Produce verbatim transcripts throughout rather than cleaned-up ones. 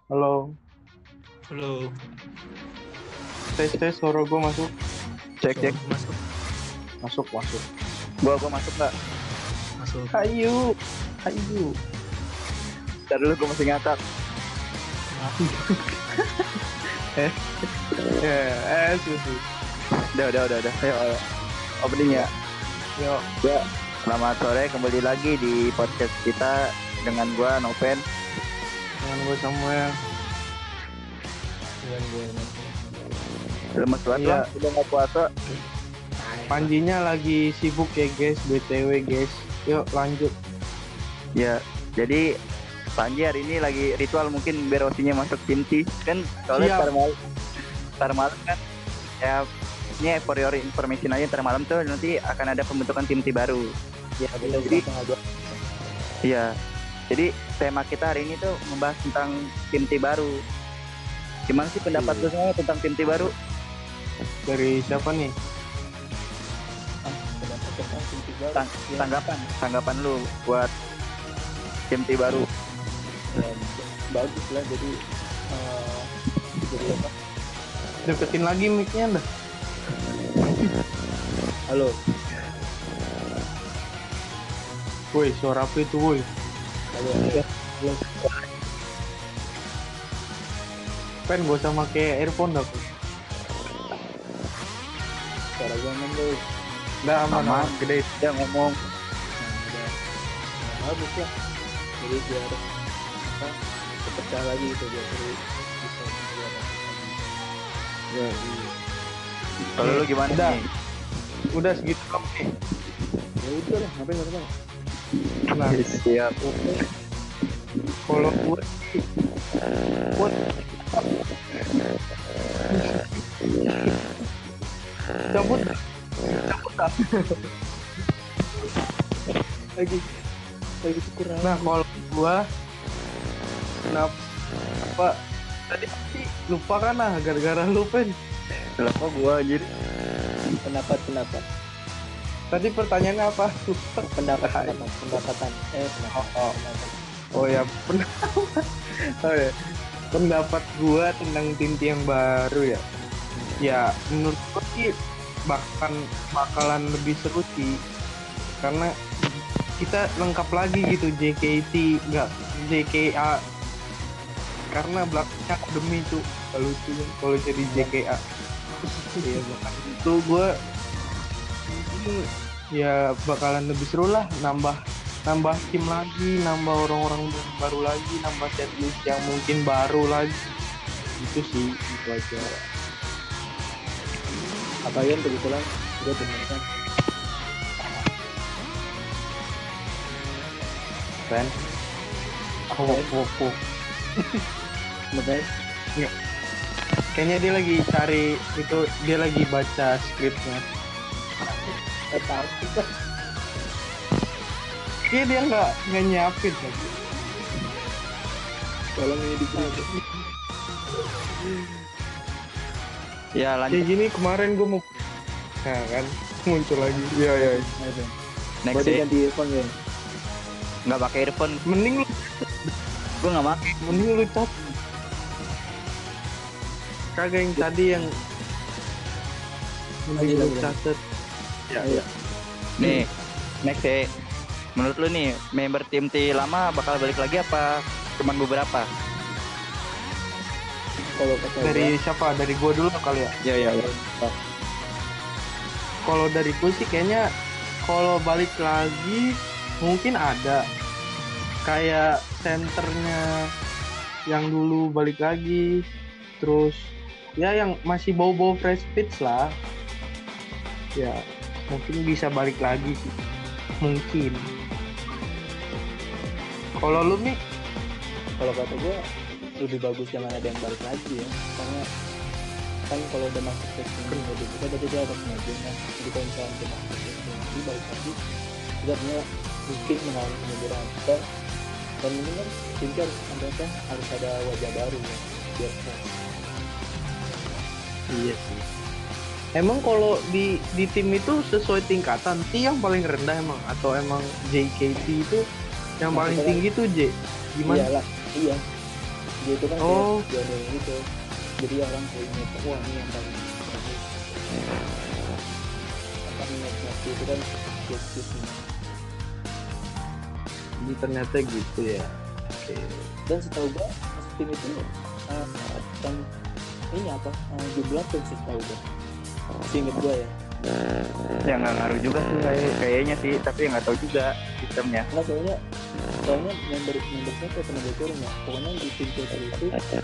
Halo, Halo, tes tes suara gue masuk, Cek cek. suara masuk, masuk masuk. Gua gua masuk nggak? masuk. Hayu, hayu. Ntar dulu gua masih ngakak. Eh, eh, susu. Udah udah udah udah. Ayo, ayo. Opening ya. Yuk, Ya. Selamat sore, kembali lagi di podcast kita dengan gua Noven. dengan gue Samuel. Dengan gue Lemes banget Iya. Bang, udah nggak puasa. Panjinya lagi sibuk ya guys, B T W guys. Yuk lanjut. Ya. Jadi Panji hari ini lagi ritual mungkin biar Osinya masuk tim T kan soalnya Siap. ntar malam ntar malam kan ya ini for your information aja, ntar malam tuh nanti akan ada pembentukan tim T baru. ya kita Jadi- tengah dua. Iya. Jadi tema kita hari ini tuh membahas tentang tim T baru. Gimana sih pendapat lu semua tentang tim T baru? Dari siapa nih? Pendapat tentang tim tiga. Tang- Ya, tanggapan tanggapan lu buat tim T baru. ya, bagus lah. Jadi eh, jadi apa? Deketin lagi mic-nya dah. Halo. Woi, suara apa itu woi? Halo. Halo. Pen gue sama kayak earphone dah. Suara gue aman lu. Dah aman, Aman. aman. Gede. Dia ngomong Nah, udah. Nah, bagus lah. Jadi biar apa? Terpecah lagi gitu biar terus bisa biar Ya, kalau lu gimana Udah. nih? udah segitu doang nih. ya udah lah, ngapain ngapain. Nah, Siap. kalau gue sih, gue cabut, cabut dah. Lagi lagi kurang. Nah, kalau gua kenapa tadi sih lupa kan lah gara-gara lu Pen. Lah kok gua anjir. pendapat pendapat Tadi pertanyaannya apa? Lupa. pendapat pendapat pendapatan eh pendapat, Oh, oh. pendapat. Oh ya, pendapat. Oh ya. Pendapat gua tentang Tinti yang baru ya. Ya, menurut gua sih bahkan bakalan lebih seru sih. Karena kita lengkap lagi gitu J K T, enggak J K A. Karena belakangnya demi tuh kalau lucu kan kalau jadi J K A. Iya, makanya itu gue ya bakalan lebih seru lah, nambah nambah tim lagi, nambah orang-orang baru lagi, nambah setlist yang mungkin baru lagi. Itu sih itu aja. Apa yang kebetulan gue denger kan Kan? Oh, oh, oh. makanya Kayaknya dia lagi cari itu, dia lagi baca skripnya. eh tahu kita Kayaknya dia nggak nggak nyiapin lagi. tolong ini dikira Ya Kayak lanjut gini kemarin gue mau, nah kan muncul lagi. Iya iya. next body ya. ganti earphone ya. Nggak pakai earphone, Mending lu, gua nggak pakai. mending lu cat. Kagak yang tadi yang mending Lanjut, lu lanjut. catet. Ya Ayo. Nih, next ya. Menurut lu nih, member tim T lama bakal balik lagi apa cuman beberapa? Kalau kata dari siapa? Dari gua dulu kali ya. Ya ya ya. Kalau dari gua sih kayaknya kalau balik lagi mungkin ada kayak senternya yang dulu balik lagi, terus ya yang masih bau-bau fresh pitch lah, ya mungkin bisa balik lagi sih, mungkin. Kalau lu nih kalau kata gue lebih bagus jangan ada yang balik lagi ya, karena kan kalau udah masuk ke sini udah kita berarti dia ada kemajuan kan. Jadi kalau misalnya kita masuk ke sini lagi balik lagi kita punya mungkin mengalami kemunduran kita, dan ini kan tim harus ada kan harus ada wajah baru ya biar fresh. iya sih. Emang kalau di di tim itu sesuai tingkatan, T yang paling rendah emang atau emang J K T itu yang paling Maksudnya- tinggi tuh J? Gimana? Iyalah, iya. J dia itu kan Oh. kayak genre gitu, jadi orang kayak inget wah ini yang paling bagus. Apa minat-minat itu kan skills-skillsnya. Jadi ternyata gitu ya. Oke. Dan setahu gua masuk tim itu uh, kan ini apa uh, jumlah tim sih tahu gua, seinget gua ya. Ya nggak ngaruh juga sih kayak- kayaknya sih, tapi nggak tahu juga sistemnya. Nah soalnya soalnya member membernya kayak pernah bocorin ya, pokoknya di tim Chelsea itu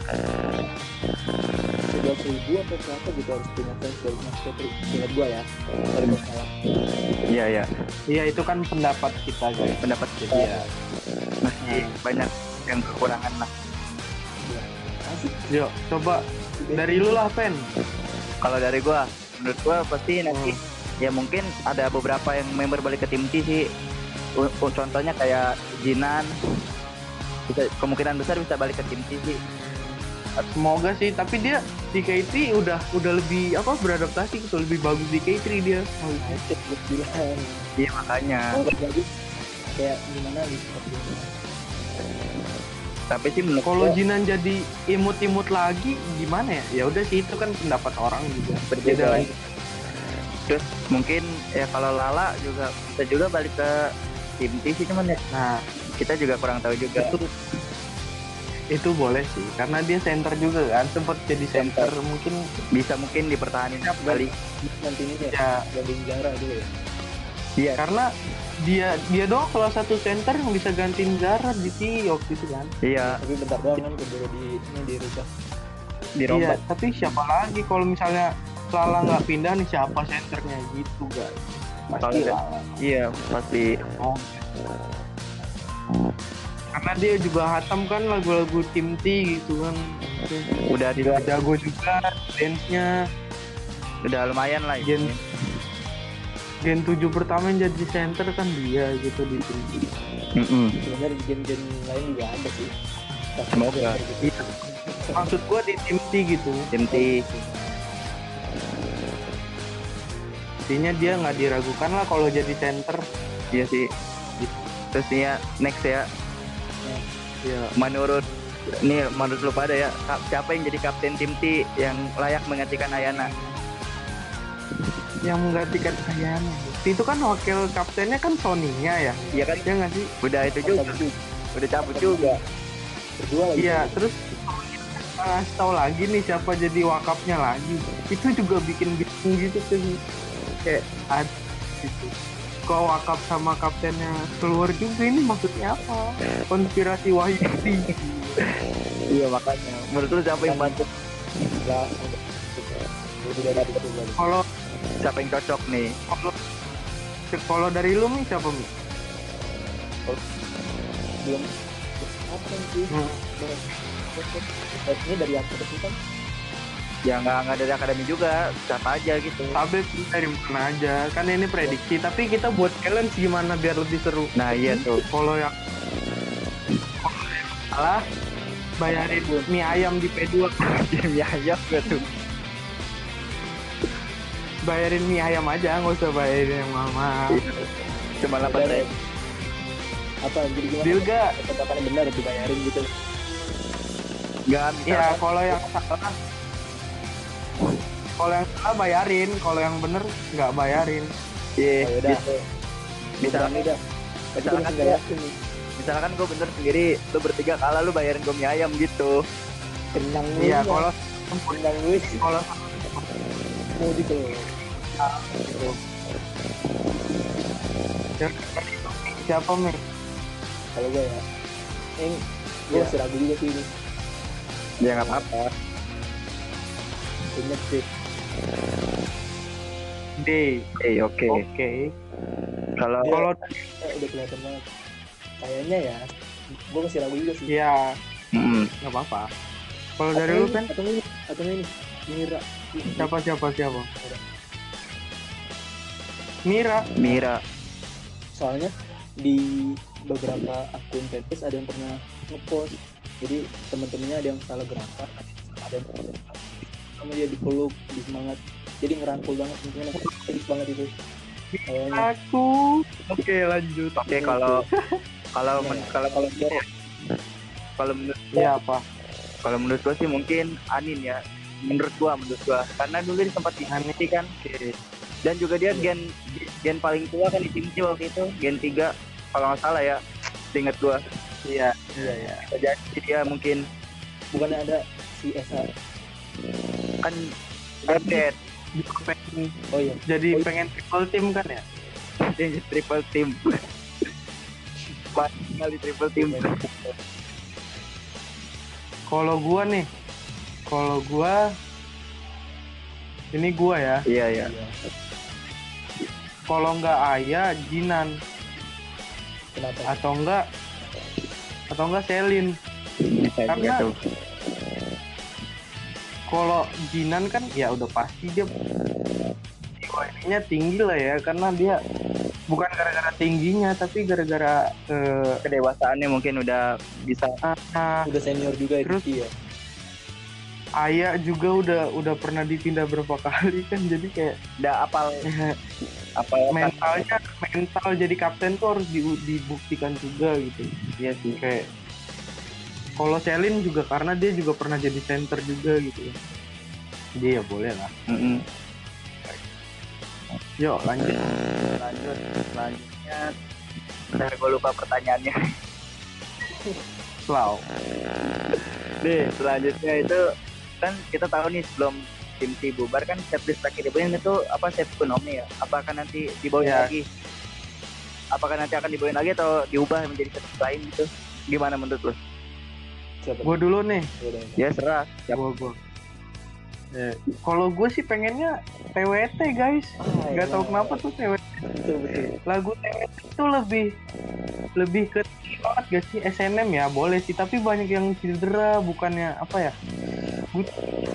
sebelas ribu atau berapa gitu harus punya fans dari masuk ke ingat gua ya, dari gua salah. Iya ya, Iya itu kan pendapat kita guys. pendapat kita Iya. masih banyak yang kekurangan lah. Asik. Yuk coba dari lu lah Pen. Kalau dari gua, menurut gua pasti nanti ya mungkin ada beberapa yang member balik ke tim T sih. U- u- contohnya kayak Jinan, bisa, kemungkinan besar bisa balik ke tim T sih. Semoga sih, tapi dia di K tiga udah udah lebih apa beradaptasi gitu, lebih bagus di K tiga dia. Nah, itu gua bilang Iya makanya. oh bagus kayak gimana gitu. Tapi sih menurut Kalau gua Jinan jadi imut-imut lagi gimana ya? Ya udah sih itu kan pendapat orang juga. berbeda Beda lagi. Terus mungkin ya kalau Lala juga bisa juga balik ke tim T sih, cuman ya Nah, kita juga kurang tahu juga. itu itu boleh sih karena dia center juga kan, sempat jadi center mungkin Bisa mungkin dipertahankan kali. Nanti ini ya ya ganding Zara dulu ya. Iya. karena dia dia doang salah satu center yang bisa gantiin Zara di T waktu itu kan. Iya, Tapi bentar doang kan keburu di ini dirubah. dirombak. Iya, tapi siapa lagi kalau misalnya Lala nggak pindah nih siapa senternya gitu guys? Pasti Kalau- Lala. Iya, pasti. Oh. Karena dia juga hatam kan lagu-lagu tim T gitu kan. Udah di Dia jago juga dance-nya. udah lumayan lah Gen ini. Gen tujuh pertama yang jadi center kan dia gitu di tim T. Mm-mm. Sebenarnya di game-game lain juga ada sih. Tapi Semoga. gitu. Iya. Maksud gua di tim T gitu. Tim T. Intinya dia nggak diragukan lah kalau jadi center. Iya sih. Terus nih ya, next ya, Ya. menurut nih menurut lu pada ya, kap- siapa yang jadi kapten tim T yang layak menggantikan Ayana? Yang menggantikan Ayana. Itu kan wakil kaptennya kan Sony-nya ya. Iya kan? Ya nggak sih? Udah itu juga, Tapi udah cabut juga. berdua lagi. Iya, terus kasih tahu lagi nih siapa jadi wakapnya lagi. Itu juga bikin bingung gitu kan. Kayak ada gitu. Kok wakap sama kaptennya keluar juga, ini maksudnya apa? Konspirasi Wahyudi. Iya makanya. Menurut lu siapa yang bantu? Lah, lebih dari itu lagi. Kalau Siapa yang cocok nih? kalau kalau dari lu nih siapa Mi? Belum apa sih? Hmm. Eh, Ini dari aku itu kan Ya nggak nggak dari akademi juga, siapa aja gitu. Tapi dari mana aja, kan ini prediksi. Tapi kita buat challenge gimana biar lebih seru. Nah iya tuh. Kalau yang kalau yang salah bayarin mie ayam di P dua. Ya ya gak tuh. Bayarin mie ayam aja, nggak usah bayarin yang mahal. Cuma delapan ribu. apa jadi gimana? Deal gak? Kata-kata yang benar dibayarin gitu. Nggak Ya misalkan. kalau yang salah, kalau yang salah bayarin, kalau yang bener nggak bayarin. Iya. Oh, yaudah. gitu. Misalkan, Misalnya udah. Tapi misalkan gue nggak gua- yakin nih. misalkan gue bener sendiri, lu bertiga kalah, lu bayarin gue mie ayam gitu. Tenang lu. Iya ya. kalau tenang lu. kalau Mau gitu. siapa Mir? Kalau gue ya, yang gue Iya. masih ragu juga sih ini. Ya nggak apa-apa. Ingat sih. D. Oke oke. Oke. Kalau Dia- Kalau Eh, udah kelihatan banget. Kayaknya ya, gue masih ragu juga sih. ya Mm, nggak apa-apa. Kalau Atau dari lu ini, kan Atau ini, atau ini, Mira. siapa siapa siapa? Mira. Mira. Soalnya di beberapa akun fanpage ada yang pernah ngepost. Jadi teman-temannya ada yang salah gerakan, ada yang sama dia dipeluk, disemangat. Jadi ngerangkul banget, mungkin enak banget itu. Kayaknya. Aku. Oke lanjut. Oke kalau kalau Iya. men- kalau kalau menurut kalau menurut Iya apa? Kalau menurut gua sih mungkin Anin ya. Menurut gua, menurut gua. Karena dulu dia sempat di Anin. Timti kan. Dan juga dia gen gen paling tua kan di Timti waktu itu, gen tiga kalau nggak salah ya. Ingat gua. Iya. Iya ya. Jadi dia mungkin Bukannya ada si Esa. kan update Juga pengen, Oh iya. jadi Oh, iya. pengen triple team kan ya? dia jadi triple team. Pas kali triple team. Kalau gua nih, kalau gua ini gua ya. Iya iya. Iya. Kalau nggak Aya, Jinan Kenapa? atau enggak atau enggak Selin. Saya Karena- juga tuh. Kalau Jinan kan ya udah pasti dia nya tinggi lah ya, karena dia bukan gara-gara tingginya tapi gara-gara eh, Kedewasaannya mungkin udah bisa. ah, Udah senior juga itu Terus- ya. Aya juga udah udah pernah dipindah berapa kali kan, jadi kayak Udah apal apal mentalnya mental jadi kapten tuh harus di- dibuktikan juga gitu. Iya sih. Kayak kalau Selin juga karena dia juga pernah jadi center juga gitu ya. Dia ya boleh lah. Mm-mm. Yuk lanjut. Lanjut, selanjutnya. Bentar, gue lupa pertanyaannya. Slow. Nih, selanjutnya itu kan kita tahu nih sebelum tim T bubar kan setlist terakhir dibawain itu apa set ekonomi ya? Apakah nanti dibawain Ya. lagi? Apakah nanti akan dibawain lagi atau diubah menjadi setlist lain gitu? Gimana menurut lo? Siapa? Gue dulu nih. Udah. Ya serah. Siap. Gue gue. Ya, kalau gue sih pengennya T W T guys. Ah, Gak iya. tau kenapa tuh T W T. Betul betul. Lagu T W T itu lebih lebih ke banget gak sih? S N M ya boleh sih, tapi banyak yang cedera, bukannya apa ya? Gue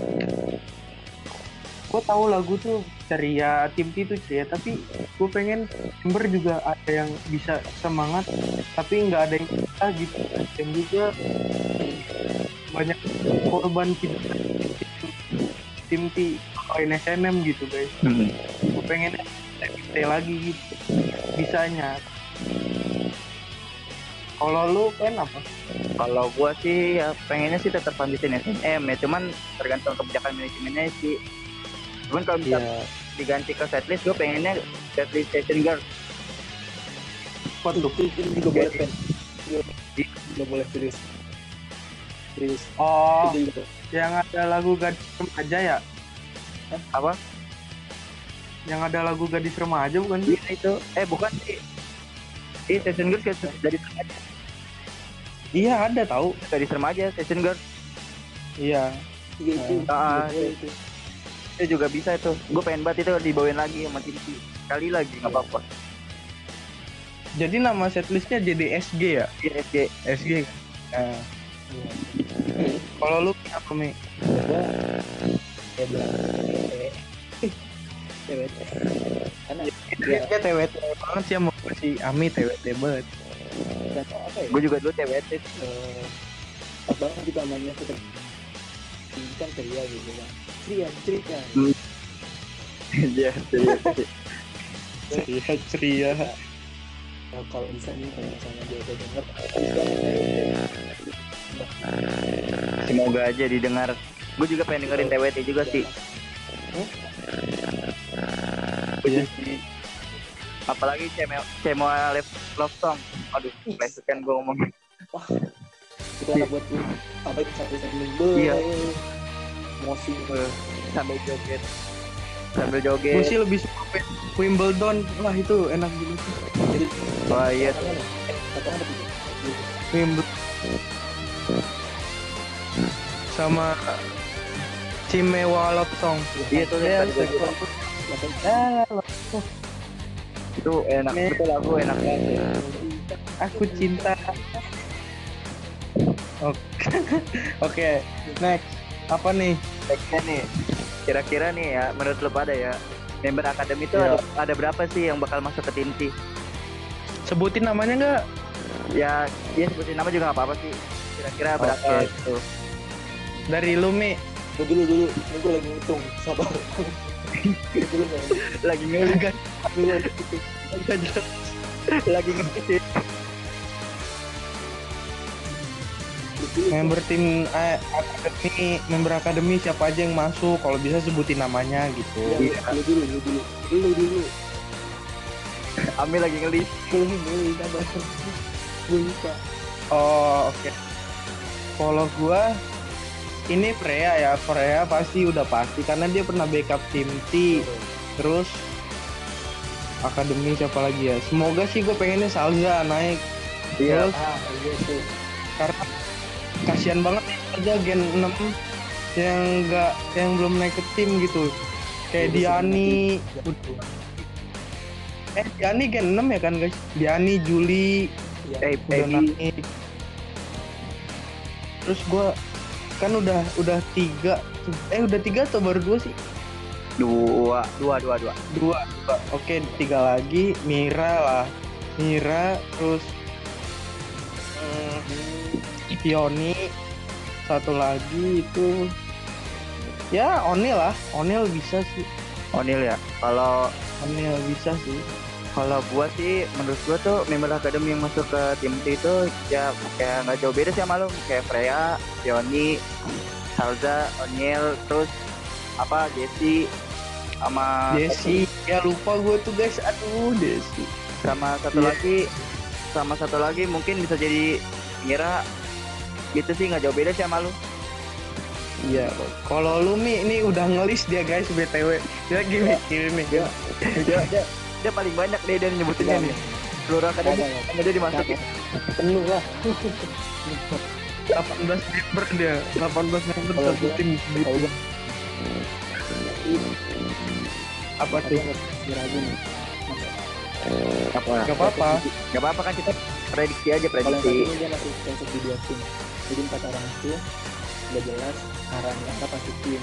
gue tahu lagu tuh ceria, tim T itu ceria, tapi gue pengen member juga ada yang bisa semangat, tapi nggak ada yang bisa gitu. Dan juga banyak korban cedera tim T main S N M gitu guys. Hmm. Gue pengen T lagi gitu bisanya. Kalau lu pengen apa? Kalau gua sih ya pengennya sih tetap lanjutin S N M ya, cuman tergantung kebijakan manajemennya sih. Cuman kalau bisa Iya. diganti ke setlist, gua pengennya setlist Station Girl. Untuk Itu, itu juga boleh pen. Juga boleh serius. Serius. oh Itu juga. yang ada lagu gadis remaja ya? Apa? Yang ada lagu gadis remaja bukan sih? Iya itu. Eh bukan sih. Ini Station Girl dari remaja. Iya ada tahu. Gadis remaja Station Girl. Iya. Iya itu. Ah, Juga boleh itu. Itu juga bisa itu. Gue pengen banget itu dibawain lagi sama tim T. Sekali lagi nggak apa-apa. Jadi nama setlistnya J D S G ya? Iya S G. S G. Nah, Iya. kalau lu apa Mi? Gua ya bilang eh T W T. Karena ya Dia T W T banget sih sama si Ami T W T banget. dan apa ya? Gue juga dulu T W T. eh, pas banget juga namanya kita ini kan ceria gitu kan. Ceria, ceria. Iya. Ceria ceria. Nah, kalau bisa nih kalau misalnya dia udah denger Semoga aja didengar. Gue juga pengen dengerin T W T juga sih. Iya. Apalagi Cemo Cemo Love Love Song. Aduh, pleset kan gue ngomong. wah itu anak buat lu apa itu sampai sambil be Iya. emosi Sambil joget. Sambil Gue joget. sih lebih suka Wim- Wimbledon. Wah itu enak gitu. jadi Wah iya. katakan katakan apa tuh Wimbledon sama Cimewa Love Song. Iya tuh Ya, yang tadi gua bilang. Ah, Itu enak Nih. betul lagu enak banget. aku cinta. Oke, oke. Next, apa nih? Nextnya nih, kira-kira nih ya, menurut lu pada ya, member akademi itu Iya. ada, ada berapa sih yang bakal masuk ke tim T? Sebutin namanya nggak? Ya, ya sebutin nama juga nggak apa-apa sih. Kira-kira berapa Oke. gitu? Dari lu Mi. Gua dulu dulu ini gue lagi ngitung sabar dulu nggak Lagi ngelis, Agak dulu lagi ngitung agak jelas. lagi ngelis. lupa member tim eh, akademi, member akademi siapa aja yang masuk, kalau bisa sebutin namanya gitu. Ya, lu dulu, lu dulu, lu dulu. Ambil lagi ngelis. Lu dulu, sabar. Gue lupa. Oh, oke. Kalau gua ini Freya ya, Freya pasti udah pasti karena dia pernah backup tim T. Terus akademi siapa lagi ya? Semoga sih gue pengennya Salza naik. Iya. Terus Ah, iya tuh. karena kasihan banget ya aja Gen enam yang enggak yang belum naik ke tim gitu. Kayak Diani, eh Diani Gen enam ya kan guys? Diani, Juli, Ya, Eh, udah Peggy. naik. Terus gua kan udah udah tiga, eh udah tiga atau baru dua sih? Dua, dua, dua, dua. Dua, dua. Oke, tiga lagi Mira lah. Mira, terus hmm, Pioni, satu lagi itu ya Onil lah. Onil bisa sih. Onil ya. Kalau Onil bisa sih. kalau gua sih menurut gua tuh member akademi yang masuk ke tim T itu ya kayak nggak jauh beda sih sama lu, kayak Freya, Pioni, Salza, Onil, terus apa Jesse sama Desi, ya lupa gue tuh guys. Aduh, Desi. sama satu Iya. lagi sama satu lagi mungkin bisa jadi Mira gitu sih, nggak jauh beda sih sama lu. Iya. Kalau lu Mi, ini udah ngelis dia guys B T W. Dia lagi mikirin nih. dia, dia, dia, dia paling banyak deh dia nyebutinnya nih seluruh akademi Ada, ada. sama dia dimasukin. penuh lah. delapan belas member dia. delapan belas member Kalau satu gua- tim. Kalau gue Apa tuh? ragu nih. Apa Gak apa-apa. nggak apa-apa kan, kita prediksi aja Kalau yang satu prediksi. ini dia masih masuk di dua tim. Jadi empat orang itu udah jelas arah mereka pasti tim.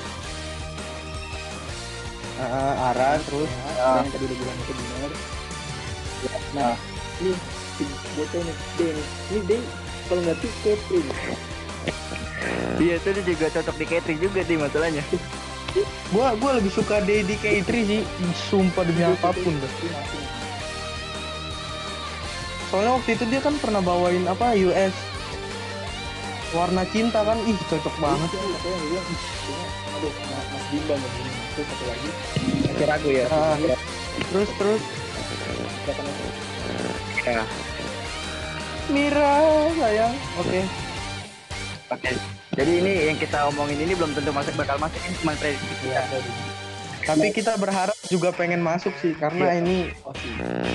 Ah, Ara terus Ya, yang tadi udah bilang itu benar. Nah, ini tim bocah ini D nih. Ini D kalau nggak tim Catherine. Iya itu dia juga cocok di catering juga nih masalahnya. gua gua lebih suka Dedi K tiga sih. Sumpah demi apapun dah. Dia masih Soalnya waktu itu dia kan pernah bawain apa U S Warna Cinta kan. Ih, cocok banget. Itu satu yang bilang, "Ih, kayaknya, aduh, Mas Mas Bimbang ya begini." Terus satu lagi, Masih ragu ya. Ah, terus terus siapa namanya? Ya. Mira sayang. Oke. Oke. Jadi ini yang kita omongin ini belum tentu masuk, bakal masuk, ini cuma prediksi. Iya, ada di Tapi kita berharap juga pengen masuk sih karena Iya. ini oh, sih.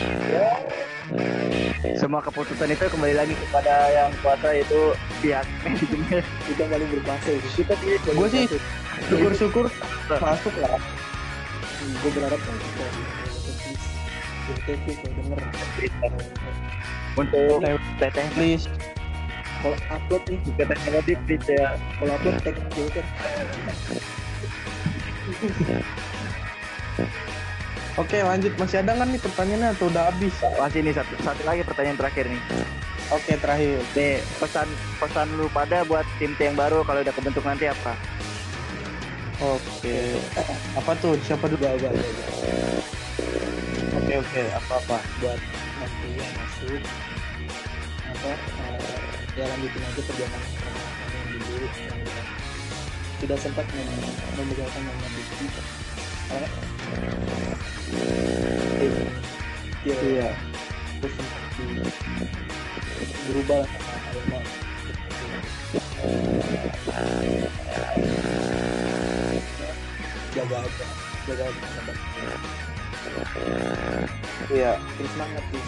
Semua keputusan itu kembali lagi kepada yang kuasa, itu pihak manajemen. Kita paling berkuasa itu. Kita pilih gue sih syukur-syukur masuk lah. Gue berharap kan kita di Kevin kalau denger untuk teteh Please. kalau upload nih, teteh negatif please ya. kalau upload tag Joker. Oke, lanjut. Masih ada nggak nih pertanyaannya atau udah habis? Masih nih satu, satu lagi pertanyaan terakhir nih. Oke, terakhir. Nih, pesan pesan lu pada buat tim T yang baru kalau udah kebentuk nanti apa? Oke. Apa tuh? Siapa dulu? Gak, gak, gak. Oke, oke. Apa-apa? Buat nanti yang masuk apa eh, ya lanjutin aja perjalanan perjalanan yang dulu yang udah sudah sempat mem- memberikan nama bukti karena eh, ya, Iya. terus sempat di- berubah lah sama Alma. Jaga aja, jaga aja sahabat. Iya. Terus semangat terus.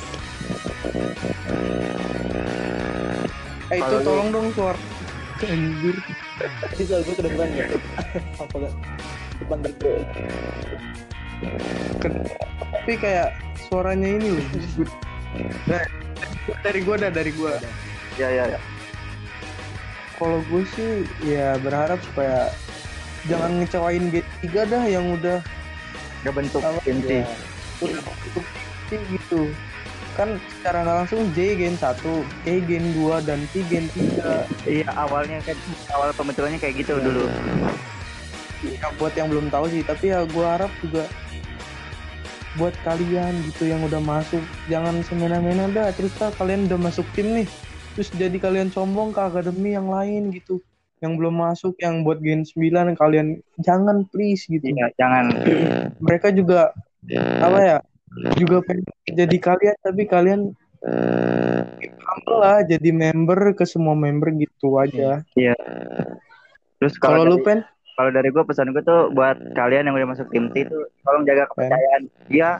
Eh, itu Kalau lu- tolong dong suara. Anjir. Tadi soal gue kedengeran ya. Apa gak? Depan berdoa. Ken- Tapi kayak suaranya ini loh. disebut. Nah, dari gua dah, dari gua. Ya ya ya. Kalau gue sih ya berharap supaya jangan ngecewain G tiga dah yang udah Kebentuk Apa? tim T. Ya, udah untuk T gitu. Kan secara nggak langsung J gen satu, E gen dua dan T gen tiga. Iya, awalnya kan awal pembentukannya kayak gitu Iya. dulu. Ya, buat yang belum tahu sih, tapi ya gue harap juga buat kalian gitu yang udah masuk jangan semena-mena dah. Terus kan kalian udah masuk tim nih, terus jadi kalian sombong ke akademi yang lain gitu, yang belum masuk, yang buat Gen sembilan, kalian jangan please gitu. Iya, jangan. Mereka juga apa ya, juga pengen jadi kalian, tapi kalian humble lah, jadi member ke semua member gitu aja. Iya. Terus kalau Kalau lu dari Pen, kalau dari gue, pesan gue tuh buat kalian yang udah masuk tim T itu tolong jaga kepercayaan. Iya.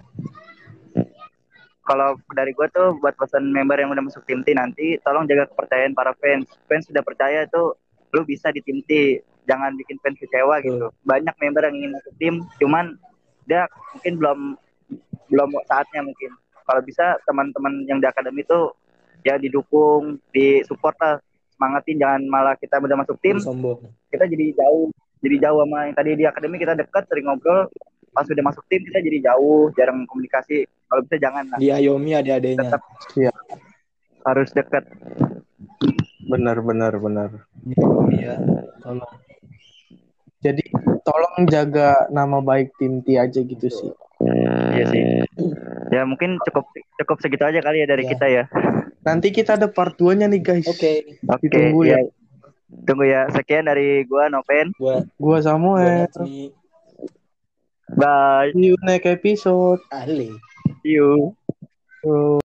Kalau dari gue tuh buat pesan member yang udah masuk tim T nanti, tolong jaga kepercayaan para fans. Fans sudah percaya tuh lu bisa di tim T. Jangan bikin fans kecewa gitu. Banyak member yang ingin masuk tim, cuman dia mungkin belum belum saatnya mungkin. Kalau bisa teman-teman yang di akademi tuh ya didukung, disupport lah, semangatin, jangan malah kita udah masuk tim sombong. Kita jadi jauh, jadi jauh sama yang tadi di akademi kita dekat, sering ngobrol. Pas udah masuk tim kita jadi jauh, jarang komunikasi. Kalau bisa jangan lah. Diayomi adik-adiknya. Tetap Iya. harus dekat. benar benar benar. Iya, tolong. Jadi tolong jaga nama baik tim T aja gitu sih. Iya sih. Ya mungkin cukup cukup segitu aja kali ya dari Ya. kita ya. Nanti kita ada part dua-nya nih guys. Oke. Oke. Ditunggu ya. ya. Tunggu ya. Sekian dari gua Noven. Gua Gua gua Samuel. Natmi. Bye. See you next episode. Ale. See you. So,